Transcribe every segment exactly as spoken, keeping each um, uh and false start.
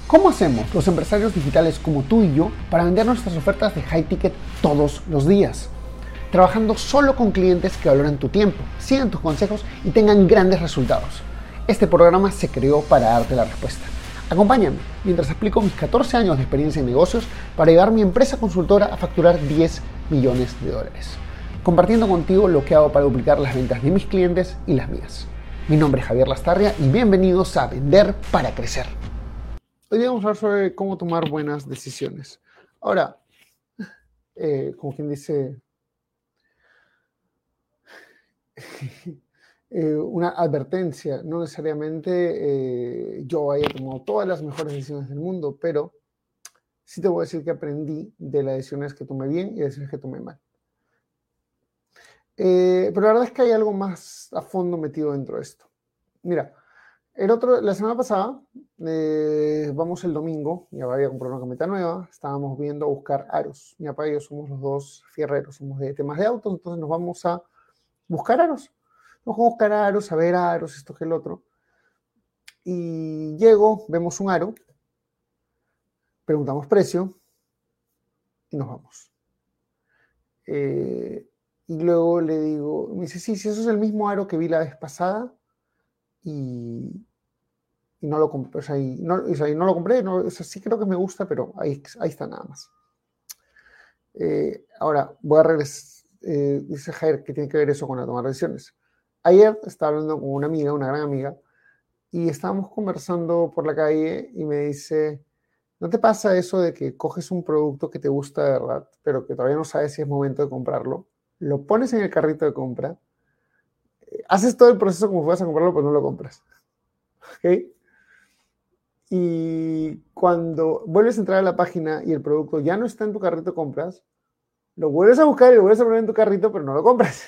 ¿Cómo hacemos los empresarios digitales como tú y yo para vender nuestras ofertas de high ticket todos los días? Trabajando solo con clientes que valoran tu tiempo, sigan tus consejos y tengan grandes resultados. Este programa se creó para darte la respuesta. Acompáñame mientras explico mis catorce años de experiencia en negocios para llevar mi empresa consultora a facturar diez millones de dólares. Compartiendo contigo lo que hago para duplicar las ventas de mis clientes y las mías. Mi nombre es Javier Lastarria y bienvenidos a Vender para Crecer. Hoy vamos a hablar sobre cómo tomar buenas decisiones. Ahora, eh, como quien dice, eh, una advertencia. No necesariamente eh, yo haya tomado todas las mejores decisiones del mundo, pero sí te voy a decir que aprendí de las decisiones que tomé bien y de las decisiones que tomé mal. Eh, pero la verdad es que hay algo más a fondo metido dentro de esto. Mira, el otro, la semana pasada, eh, vamos el domingo, mi papá había comprado una camioneta nueva, estábamos viendo a buscar aros. Mi papá y yo somos los dos fierreros, somos de temas de autos, entonces nos vamos a buscar aros. Vamos a buscar aros, a ver aros, esto que el otro. Y llego, vemos un aro, preguntamos precio y nos vamos. Eh, y luego le digo, me dice, sí, sí, eso es el mismo aro que vi la vez pasada y... y no lo compré, o sea, y no, o sea, y no lo compré, no, o sea, sí creo que me gusta, pero ahí, ahí está nada más. Eh, ahora, voy a regresar, eh, dice Jair, ¿qué tiene que ver eso con la toma de decisiones? Ayer estaba hablando con una amiga, una gran amiga, y estábamos conversando por la calle y me dice, ¿no te pasa eso de que coges un producto que te gusta de verdad, pero que todavía no sabes si es momento de comprarlo, lo pones en el carrito de compra, eh, haces todo el proceso como si fueras a comprarlo, pero no lo compras? ¿Ok? Y cuando vuelves a entrar a la página y el producto ya no está en tu carrito de compras, lo vuelves a buscar y lo vuelves a poner en tu carrito, pero no lo compras.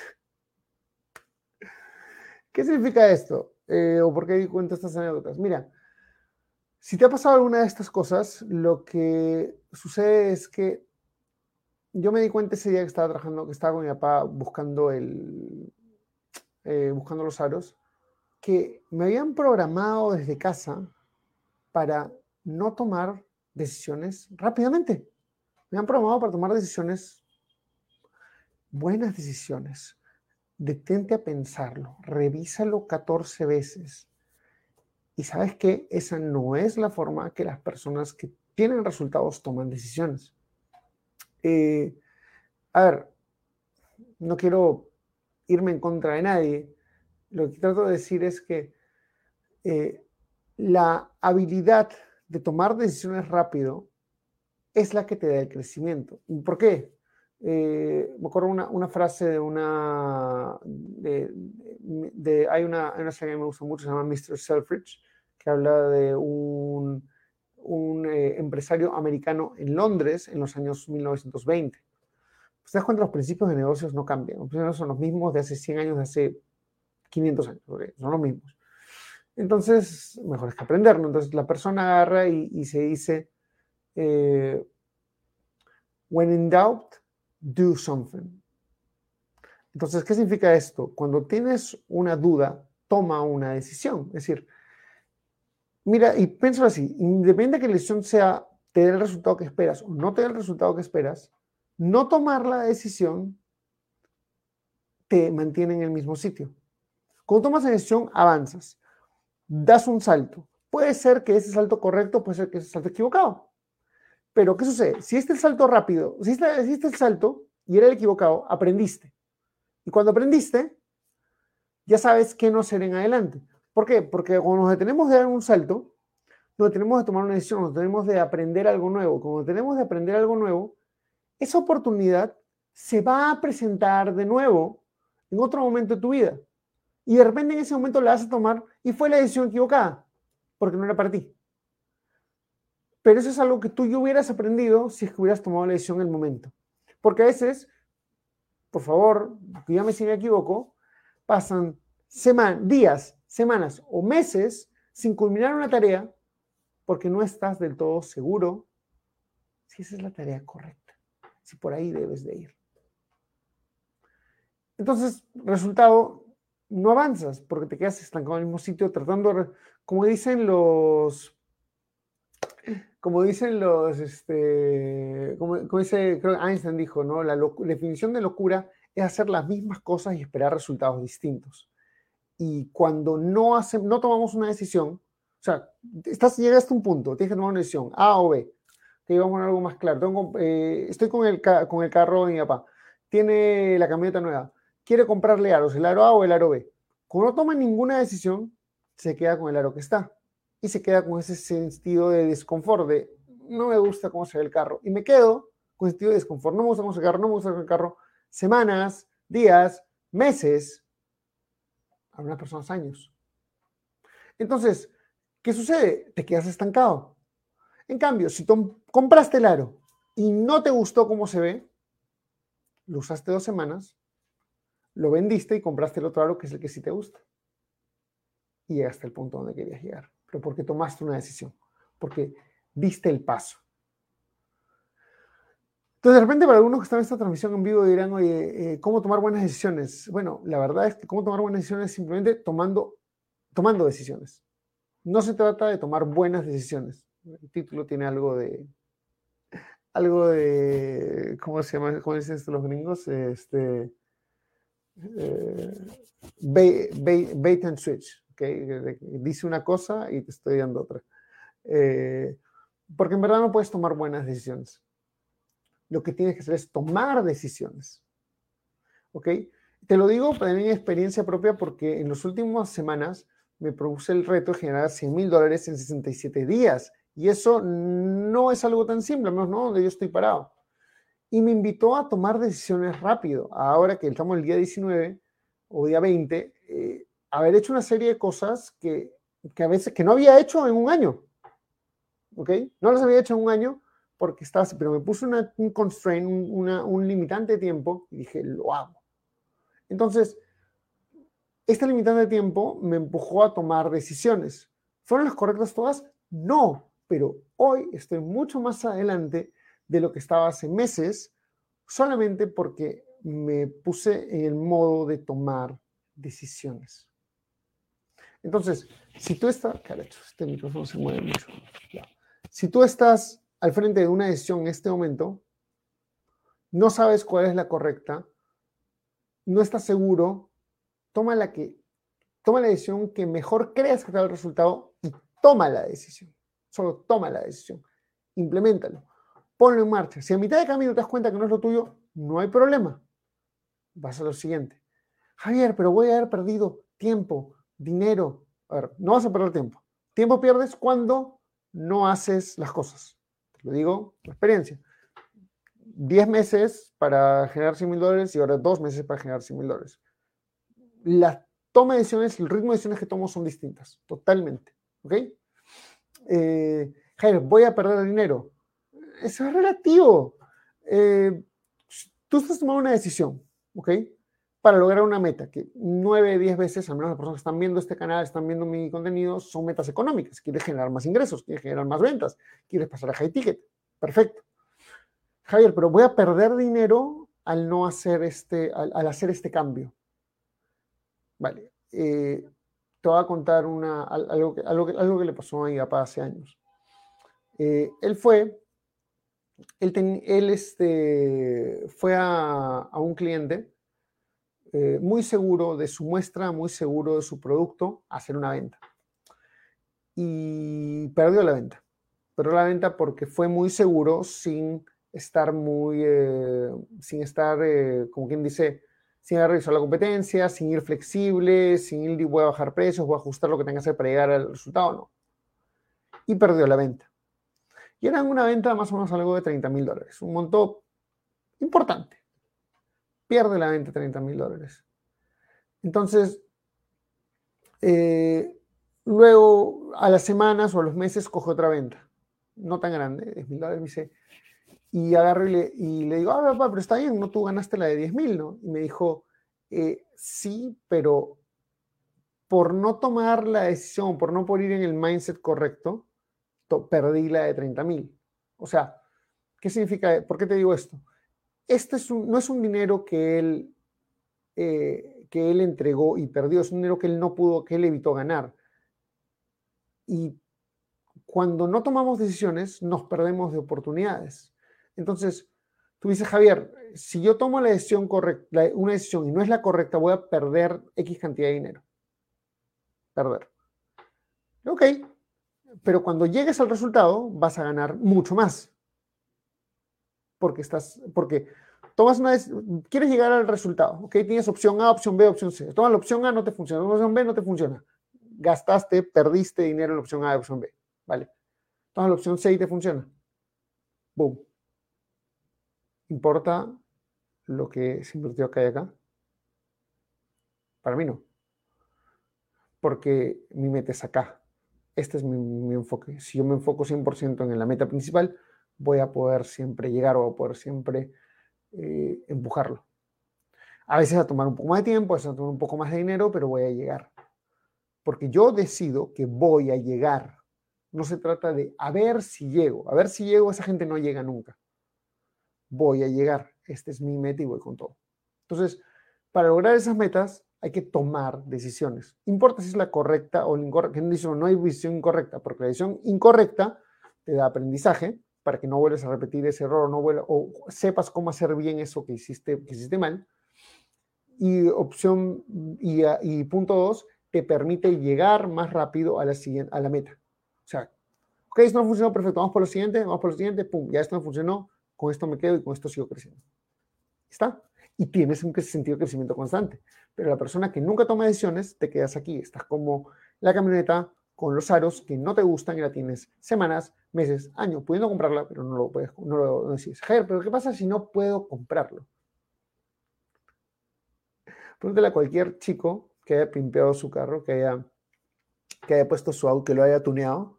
¿Qué significa esto? Eh, ¿O por qué cuento estas anécdotas? Mira, si te ha pasado alguna de estas cosas, lo que sucede es que yo me di cuenta ese día que estaba trabajando, que estaba con mi papá buscando, el, eh, buscando los aros, que me habían programado desde casa para no tomar decisiones rápidamente. Me han programado para tomar decisiones, buenas decisiones. Detente a pensarlo, revísalo catorce veces. Y ¿sabes qué? Esa no es la forma que las personas que tienen resultados toman decisiones. Eh, a ver, no quiero irme en contra de nadie. Lo que trato de decir es que eh, la habilidad de tomar decisiones rápido es la que te da el crecimiento. ¿Por qué? Eh, me acuerdo una, una frase de una... De, de, de, hay una, una serie que me gusta mucho, se llama mister Selfridge, que habla de un, un eh, empresario americano en Londres en los años mil novecientos veinte. Pues te das cuenta, los principios de negocios no cambian. Los principios son los mismos de hace cien años, de hace quinientos años. ¿Okay? Son los mismos. Entonces, mejor es que aprenderlo. Entonces, la persona agarra y, y se dice... Eh, when in doubt, do something. Entonces, ¿qué significa esto? Cuando tienes una duda, toma una decisión. Es decir, mira, y piénsalo así, independiente de que la decisión sea, te dé el resultado que esperas o no te dé el resultado que esperas, no tomar la decisión te mantiene en el mismo sitio. Cuando tomas la decisión, avanzas, das un salto. Puede ser que ese salto correcto, puede ser que ese salto equivocado. Pero, ¿qué sucede? Si este el salto rápido, si este, si este el salto y era el equivocado, aprendiste. Y cuando aprendiste, ya sabes qué no hacer en adelante. ¿Por qué? Porque cuando nos detenemos de dar un salto, nos detenemos de tomar una decisión, nos detenemos de aprender algo nuevo. Cuando tenemos de aprender algo nuevo, esa oportunidad se va a presentar de nuevo en otro momento de tu vida. Y de repente en ese momento la vas a tomar y fue la decisión equivocada, porque no era para ti. Pero eso es algo que tú ya hubieras aprendido si es que hubieras tomado la decisión en el momento. Porque a veces, por favor, dígame si me equivoco, pasan semanas, días, semanas o meses sin culminar una tarea porque no estás del todo seguro si esa es la tarea correcta, si por ahí debes de ir. Entonces, resultado, no avanzas porque te quedas estancado en el mismo sitio tratando, como dicen los... como dicen los, este, como, como dice, creo que Einstein dijo, ¿no? La, locu- la definición de locura es hacer las mismas cosas y esperar resultados distintos. Y cuando no, hace, no tomamos una decisión, o sea, estás, llegaste a un punto, tienes que tomar una decisión, A o B, que vamos a poner algo más claro. Tengo, eh, estoy con el, ca- con el carro de mi papá, tiene la camioneta nueva, quiere comprarle aros, el aro A o el aro B. Como no toma ninguna decisión, se queda con el aro que está y se queda con ese sentido de desconfort, de no me gusta cómo se ve el carro. Y me quedo con ese sentido de desconfort, no me gusta cómo se ve el carro, no me gusta el carro, semanas, días, meses, algunas personas años. Entonces, ¿qué sucede? Te quedas estancado. En cambio, si compraste el aro y no te gustó cómo se ve, lo usaste dos semanas, lo vendiste y compraste el otro aro que es el que sí te gusta. Y llegaste al punto donde querías llegar. Pero porque tomaste una decisión, porque diste el paso. Entonces, de repente, para algunos que están en esta transmisión en vivo dirán, oye, eh, ¿cómo tomar buenas decisiones? Bueno, la verdad es que cómo tomar buenas decisiones es simplemente tomando, tomando decisiones. No se trata de tomar buenas decisiones. El título tiene algo de, algo de, ¿cómo se llama? ¿Cómo dicen esto los gringos? Este, eh, bait, bait, bait and switch, ¿okay? Dice una cosa y te estoy dando otra. Eh, porque en verdad no puedes tomar buenas decisiones. Lo que tienes que hacer es tomar decisiones. ¿Ok? Te lo digo para mi experiencia propia porque en las últimas semanas me propuse el reto de generar cien mil dólares en sesenta y siete días. Y eso no es algo tan simple, al menos no donde yo estoy parado. Y me invitó a tomar decisiones rápido. Ahora que estamos el día diecinueve o día veinte, eh, haber hecho una serie de cosas que, que a veces que no había hecho en un año. ¿Ok? No las había hecho en un año porque estaba así, pero me puse una, un constraint, un, una, un limitante de tiempo y dije, lo hago. Entonces, este limitante de tiempo me empujó a tomar decisiones. ¿Fueron las correctas todas? No, pero hoy estoy mucho más adelante de lo que estaba hace meses, solamente porque me puse en el modo de tomar decisiones. Entonces, si tú estás... Caracho, este micrófono se mueve mucho. Ya. Si tú estás al frente de una decisión en este momento, no sabes cuál es la correcta, no estás seguro, toma la que toma la decisión que mejor creas que te da el resultado y toma la decisión. Solo toma la decisión. Implementalo. Ponlo en marcha. Si a mitad de camino te das cuenta que no es lo tuyo, no hay problema. Vas a lo siguiente. Javier, pero voy a haber perdido tiempo, dinero. A ver, no vas a perder tiempo. Tiempo pierdes cuando no haces las cosas. Te lo digo por experiencia. diez meses para generar cien mil dólares y ahora dos meses para generar cien mil dólares. La toma de decisiones, el ritmo de decisiones que tomo son distintas, totalmente. ¿Ok? Eh, Jair, voy a perder dinero. Eso es relativo. Eh, tú estás tomando una decisión, ¿ok? Para lograr una meta, que nueve, diez veces, al menos las personas que están viendo este canal, están viendo mi contenido, son metas económicas. Quieres generar más ingresos, quieres generar más ventas, quieres pasar a high ticket. Perfecto. Javier, pero voy a perder dinero al no hacer este, al, al hacer este cambio. Vale. Eh, te voy a contar una, algo, que, algo, que, algo que le pasó a mi papá hace años. Eh, él fue, él, ten, él este, fue a, a un cliente eh, muy seguro de su muestra, muy seguro de su producto, a hacer una venta. Y perdió la venta. Perdió la venta porque fue muy seguro sin estar muy, eh, sin estar, eh, como quien dice, sin haber revisado la competencia, sin ir flexible, sin ir y voy a bajar precios, voy a ajustar lo que tenga que hacer para llegar al resultado, no. Y perdió la venta. Y era una venta más o menos algo de treinta mil dólares, un monto importante. Pierde la venta treinta mil dólares. Entonces, eh, luego a las semanas o a los meses coge otra venta, no tan grande, diez mil dólares, me dice, y agarro y le, y le digo, ah, papá, pero está bien, no, tú ganaste la de diez mil, ¿no? Y me dijo, eh, sí, pero por no tomar la decisión, por no por ir en el mindset correcto, to, perdí la de treinta mil. O sea, ¿qué significa? ¿Por qué te digo esto? Este es un, no es un dinero que él, eh, que él entregó y perdió, es un dinero que él no pudo, que él evitó ganar. Y cuando no tomamos decisiones, nos perdemos de oportunidades. Entonces, tú dices, Javier, si yo tomo la decisión correcta, una decisión y no es la correcta, voy a perder X cantidad de dinero. Perder. Ok, pero cuando llegues al resultado, vas a ganar mucho más. Porque estás, porque tomas una, quieres llegar al resultado, ok, tienes opción A, opción B, opción C. Tomas la opción A, no te funciona, la opción B no te funciona. Gastaste, perdiste dinero en la opción A y opción B, ¿vale? Tomas la opción C y te funciona. Boom. ¿Importa lo que se invirtió acá y acá? Para mí no. Porque mi meta es acá. Este es mi, mi enfoque. Si yo me enfoco cien por ciento en la meta principal, voy a poder siempre llegar o a poder siempre eh, empujarlo. A veces va a tomar un poco más de tiempo, a veces va a tomar un poco más de dinero, pero voy a llegar. Porque yo decido que voy a llegar. No se trata de a ver si llego. A ver si llego, esa gente no llega nunca. Voy a llegar. Este es mi meta y voy con todo. Entonces, para lograr esas metas hay que tomar decisiones. Importa si es la correcta o la incorrecta. No hay decisión incorrecta, porque la decisión incorrecta te da aprendizaje para que no vuelvas a repetir ese error no vuelvas, o sepas cómo hacer bien eso que hiciste, que hiciste mal. Y opción y, y punto dos, te permite llegar más rápido a la, siguiente, a la meta. O sea, ok, esto no funcionó, perfecto, vamos por lo siguiente, vamos por lo siguiente, pum, ya esto no funcionó, con esto me quedo y con esto sigo creciendo. ¿Está? Y tienes un sentido de crecimiento constante. Pero la persona que nunca toma decisiones, te quedas aquí, estás como la camioneta con los aros que no te gustan y la tienes semanas, meses, años, pudiendo comprarla, pero no lo puedes, no lo no decides. Javier, pero ¿qué pasa si no puedo comprarlo? Pregúntale a cualquier chico que haya pimpeado su carro, que haya, que haya puesto su auto, que lo haya tuneado.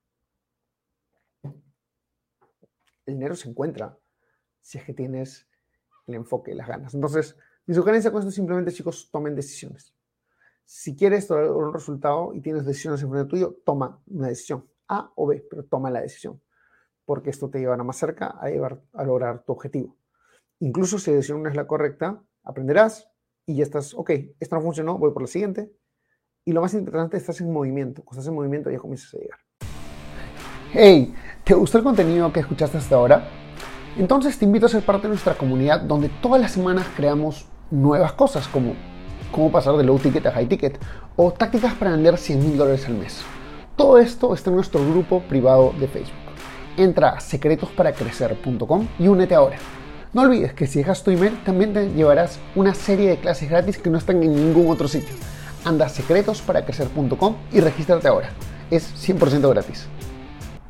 El dinero se encuentra si es que tienes el enfoque y las ganas. Entonces, mi sugerencia con esto es simplemente, chicos, tomen decisiones. Si quieres lograr un resultado y tienes decisiones en frente tuyo, toma una decisión, A o B, pero toma la decisión, porque esto te llevará más cerca a, llevar, a lograr tu objetivo. Incluso si la decisión no es la correcta, aprenderás y ya estás, ok, esto no funcionó, voy por la siguiente. Y lo más interesante, estás en movimiento. Cuando estás en movimiento ya comienzas a llegar. Hey, ¿te gustó el contenido que escuchaste hasta ahora? Entonces te invito a ser parte de nuestra comunidad donde todas las semanas creamos nuevas cosas como cómo pasar de low ticket a high ticket o tácticas para vender cien mil dólares al mes. Todo esto está en nuestro grupo privado de Facebook. Entra a secretos para crecer punto com y únete ahora. No olvides que si dejas tu email también te llevarás una serie de clases gratis que no están en ningún otro sitio. Anda a secretos para crecer punto com y regístrate ahora. Es cien por ciento gratis.